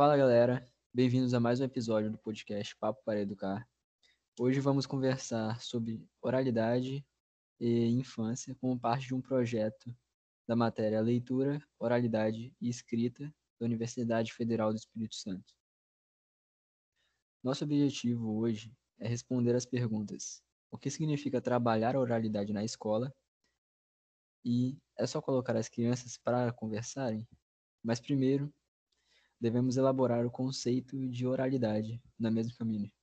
Fala galera, bem-vindos a mais um episódio do podcast Papo para Educar. Hoje vamos conversar sobre oralidade e infância como parte de um projeto da matéria Leitura, Oralidade e Escrita da Universidade Federal do Espírito Santo. Nosso objetivo hoje é responder as perguntas: o que significa trabalhar a oralidade na escola? E é só colocar as crianças para conversarem? Mas primeiro, devemos elaborar o conceito de oralidade na mesma família.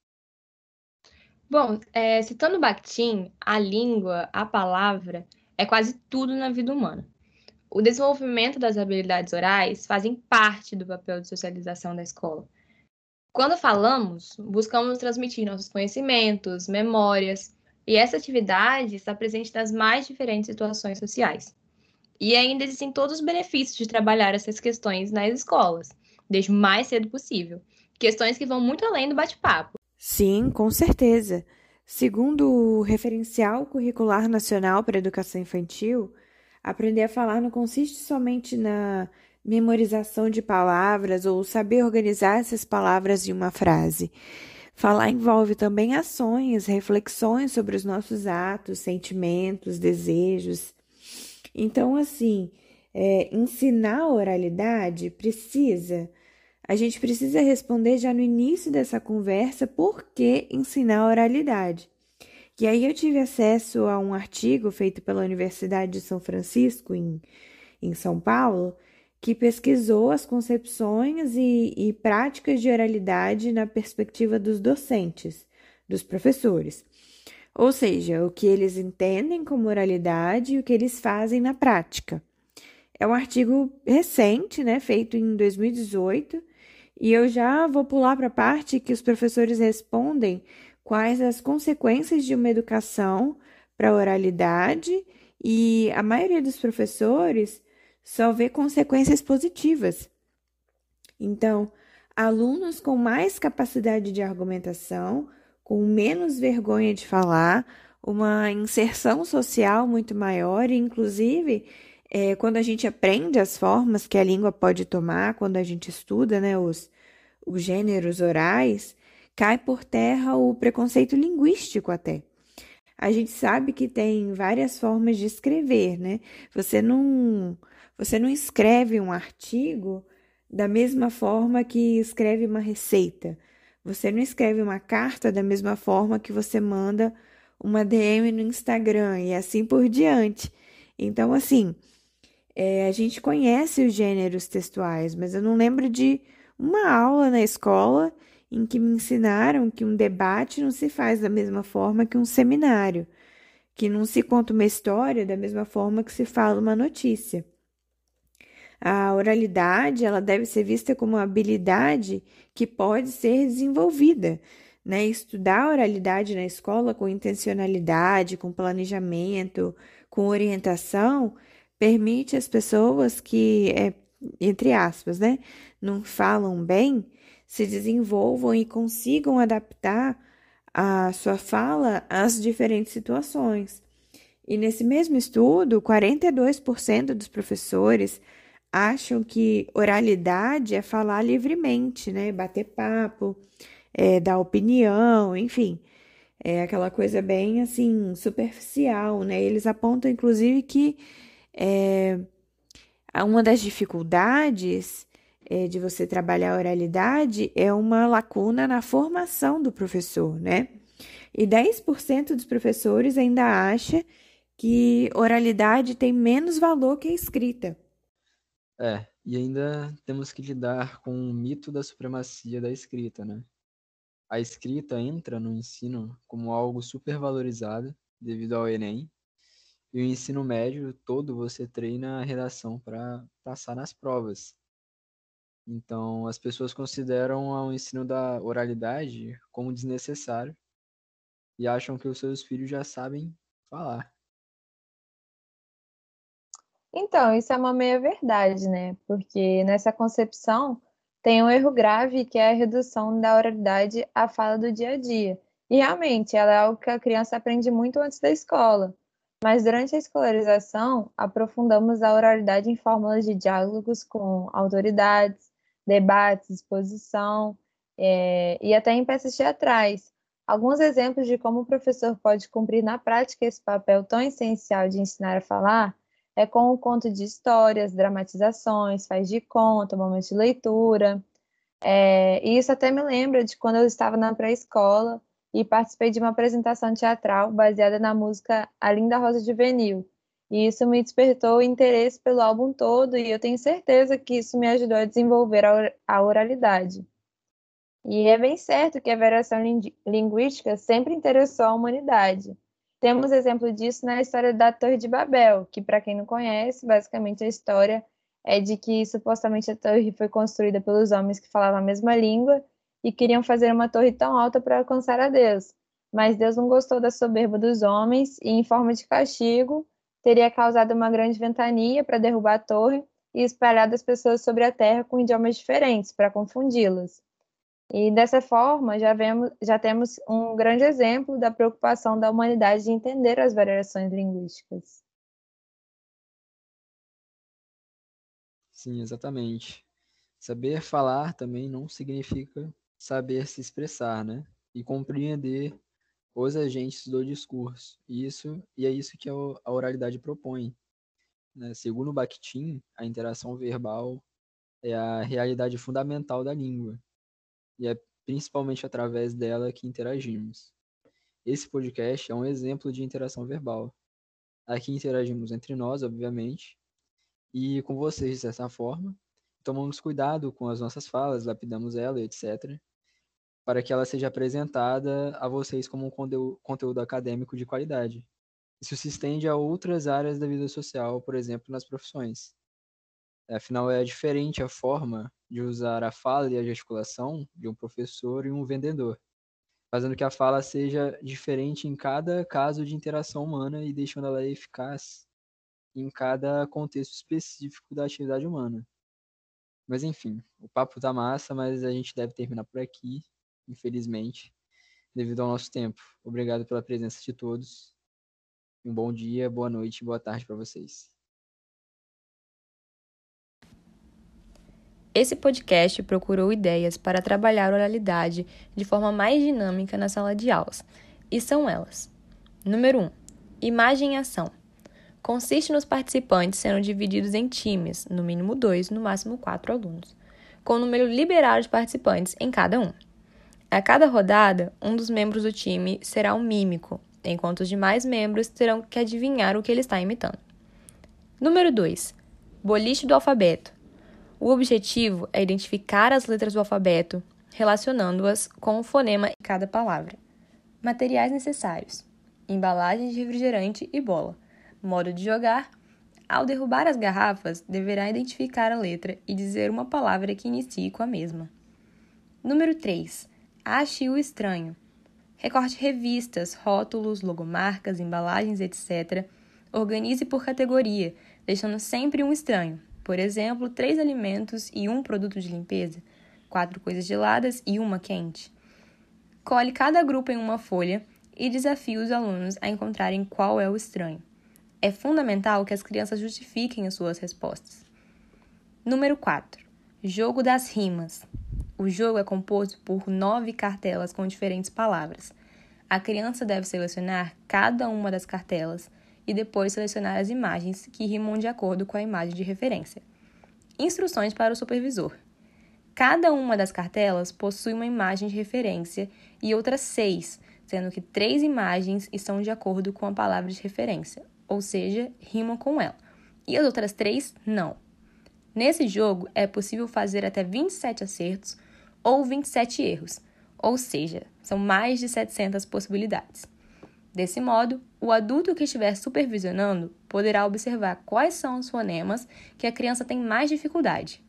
Bom, citando Bakhtin, a língua, a palavra, é quase tudo na vida humana. O desenvolvimento das habilidades orais fazem parte do papel de socialização da escola. Quando falamos, buscamos transmitir nossos conhecimentos, memórias, e essa atividade está presente nas mais diferentes situações sociais. E ainda existem todos os benefícios de trabalhar essas questões nas escolas, desde o mais cedo possível. Questões que vão muito além do bate-papo. Sim, com certeza. Segundo o Referencial Curricular Nacional para a Educação Infantil, aprender a falar não consiste somente na memorização de palavras ou saber organizar essas palavras em uma frase. Falar envolve também ações, reflexões sobre os nossos atos, sentimentos, desejos. Então, assim, ensinar a oralidade a gente precisa responder já no início dessa conversa por que ensinar a oralidade. E aí eu tive acesso a um artigo feito pela Universidade de São Francisco, em São Paulo, que pesquisou as concepções e práticas de oralidade na perspectiva dos docentes, dos professores. Ou seja, o que eles entendem como oralidade e o que eles fazem na prática. É um artigo recente, né, feito em 2018, e eu já vou pular para a parte que os professores respondem quais as consequências de uma educação para a oralidade, e a maioria dos professores só vê consequências positivas. Então, alunos com mais capacidade de argumentação, com menos vergonha de falar, uma inserção social muito maior, e inclusive quando a gente aprende as formas que a língua pode tomar, quando a gente estuda, né, os gêneros orais, cai por terra o preconceito linguístico até. A gente sabe que tem várias formas de escrever, né? Você não escreve um artigo da mesma forma que escreve uma receita. Você não escreve uma carta da mesma forma que você manda uma DM no Instagram e assim por diante. Então, assim, a gente conhece os gêneros textuais, mas eu não lembro de uma aula na escola em que me ensinaram que um debate não se faz da mesma forma que um seminário, que não se conta uma história da mesma forma que se fala uma notícia. A oralidade, ela deve ser vista como uma habilidade que pode ser desenvolvida, né? Estudar a oralidade na escola com intencionalidade, com planejamento, com orientação, permite às pessoas que, entre aspas, né, não falam bem, se desenvolvam e consigam adaptar a sua fala às diferentes situações. E nesse mesmo estudo, 42% dos professores acham que oralidade é falar livremente, né? Bater papo, dar opinião, enfim. É aquela coisa bem, assim, superficial, né? Eles apontam, inclusive, que uma das dificuldades de você trabalhar a oralidade é uma lacuna na formação do professor, né? E 10% dos professores ainda acha que oralidade tem menos valor que a escrita. E ainda temos que lidar com o mito da supremacia da escrita, né? A escrita entra no ensino como algo supervalorizado devido ao Enem, e o ensino médio todo você treina a redação para passar nas provas. Então, as pessoas consideram o ensino da oralidade como desnecessário e acham que os seus filhos já sabem falar. Então, isso é uma meia-verdade, né? Porque nessa concepção tem um erro grave que é a redução da oralidade à fala do dia a dia. E realmente, ela é algo que a criança aprende muito antes da escola. Mas durante a escolarização, aprofundamos a oralidade em fórmulas de diálogos com autoridades, debates, exposição, e até em peças teatrais. Alguns exemplos de como o professor pode cumprir na prática esse papel tão essencial de ensinar a falar é com o conto de histórias, dramatizações, faz de conta, momentos de leitura. E isso até me lembra de quando eu estava na pré-escola e participei de uma apresentação teatral baseada na música A Linda Rosa Juvenil. E isso me despertou o interesse pelo álbum todo e eu tenho certeza que isso me ajudou a desenvolver a oralidade. E é bem certo que a variação linguística sempre interessou a humanidade. Temos exemplo disso na história da Torre de Babel, que, para quem não conhece, basicamente a história é de que supostamente a torre foi construída pelos homens que falavam a mesma língua e queriam fazer uma torre tão alta para alcançar a Deus. Mas Deus não gostou da soberba dos homens e, em forma de castigo, teria causado uma grande ventania para derrubar a torre e espalhado as pessoas sobre a terra com idiomas diferentes para confundi-las. E dessa forma, já temos um grande exemplo da preocupação da humanidade de entender as variações linguísticas. Sim, exatamente. Saber falar também não significa saber se expressar, né? E compreender os agentes do discurso. E é isso que a oralidade propõe, né? Segundo Bakhtin, a interação verbal é a realidade fundamental da língua. E é principalmente através dela que interagimos. Esse podcast é um exemplo de interação verbal. Aqui interagimos entre nós, obviamente, e com vocês, de certa forma. Tomamos cuidado com as nossas falas, lapidamos ela, etc., para que ela seja apresentada a vocês como um conteúdo acadêmico de qualidade. Isso se estende a outras áreas da vida social, por exemplo, nas profissões. Afinal, é diferente a forma de usar a fala e a gesticulação de um professor e um vendedor, fazendo que a fala seja diferente em cada caso de interação humana e deixando ela eficaz em cada contexto específico da atividade humana. Mas enfim, o papo tá massa, mas a gente deve terminar por aqui, infelizmente, devido ao nosso tempo. Obrigado pela presença de todos. Um bom dia, boa noite, boa tarde para vocês. Esse podcast procurou ideias para trabalhar a oralidade de forma mais dinâmica na sala de aulas. E são elas. Número 1. Imagem e ação. Consiste nos participantes sendo divididos em times, no mínimo 2, no máximo 4 alunos, com o número liberado de participantes em cada um. A cada rodada, um dos membros do time será um mímico, enquanto os demais membros terão que adivinhar o que ele está imitando. Número 2. Boliche do alfabeto. O objetivo é identificar as letras do alfabeto, relacionando-as com o fonema em cada palavra. Materiais necessários: embalagem de refrigerante e bola. Modo de jogar: ao derrubar as garrafas, deverá identificar a letra e dizer uma palavra que inicie com a mesma. Número 3. Ache o estranho. Recorte revistas, rótulos, logomarcas, embalagens, etc. Organize por categoria, deixando sempre um estranho. Por exemplo, 3 alimentos e 1 produto de limpeza, 4 coisas geladas e 1 quente. Cole cada grupo em uma folha e desafie os alunos a encontrarem qual é o estranho. É fundamental que as crianças justifiquem as suas respostas. Número 4. Jogo das rimas. O jogo é composto por 9 cartelas com diferentes palavras. A criança deve selecionar cada uma das cartelas e depois selecionar as imagens que rimam de acordo com a imagem de referência. Instruções para o supervisor. Cada uma das cartelas possui uma imagem de referência e outras 6, sendo que 3 imagens estão de acordo com a palavra de referência, ou seja, rimam com ela, e as outras 3 não. Nesse jogo, é possível fazer até 27 acertos ou 27 erros, ou seja, são mais de 700 possibilidades. Desse modo, o adulto que estiver supervisionando poderá observar quais são os fonemas que a criança tem mais dificuldade.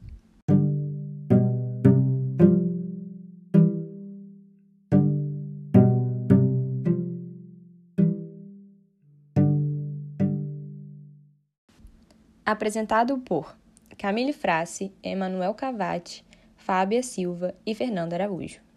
Apresentado por Camille Frassi, Emanuel Cavati, Fábia Silva e Fernando Araújo.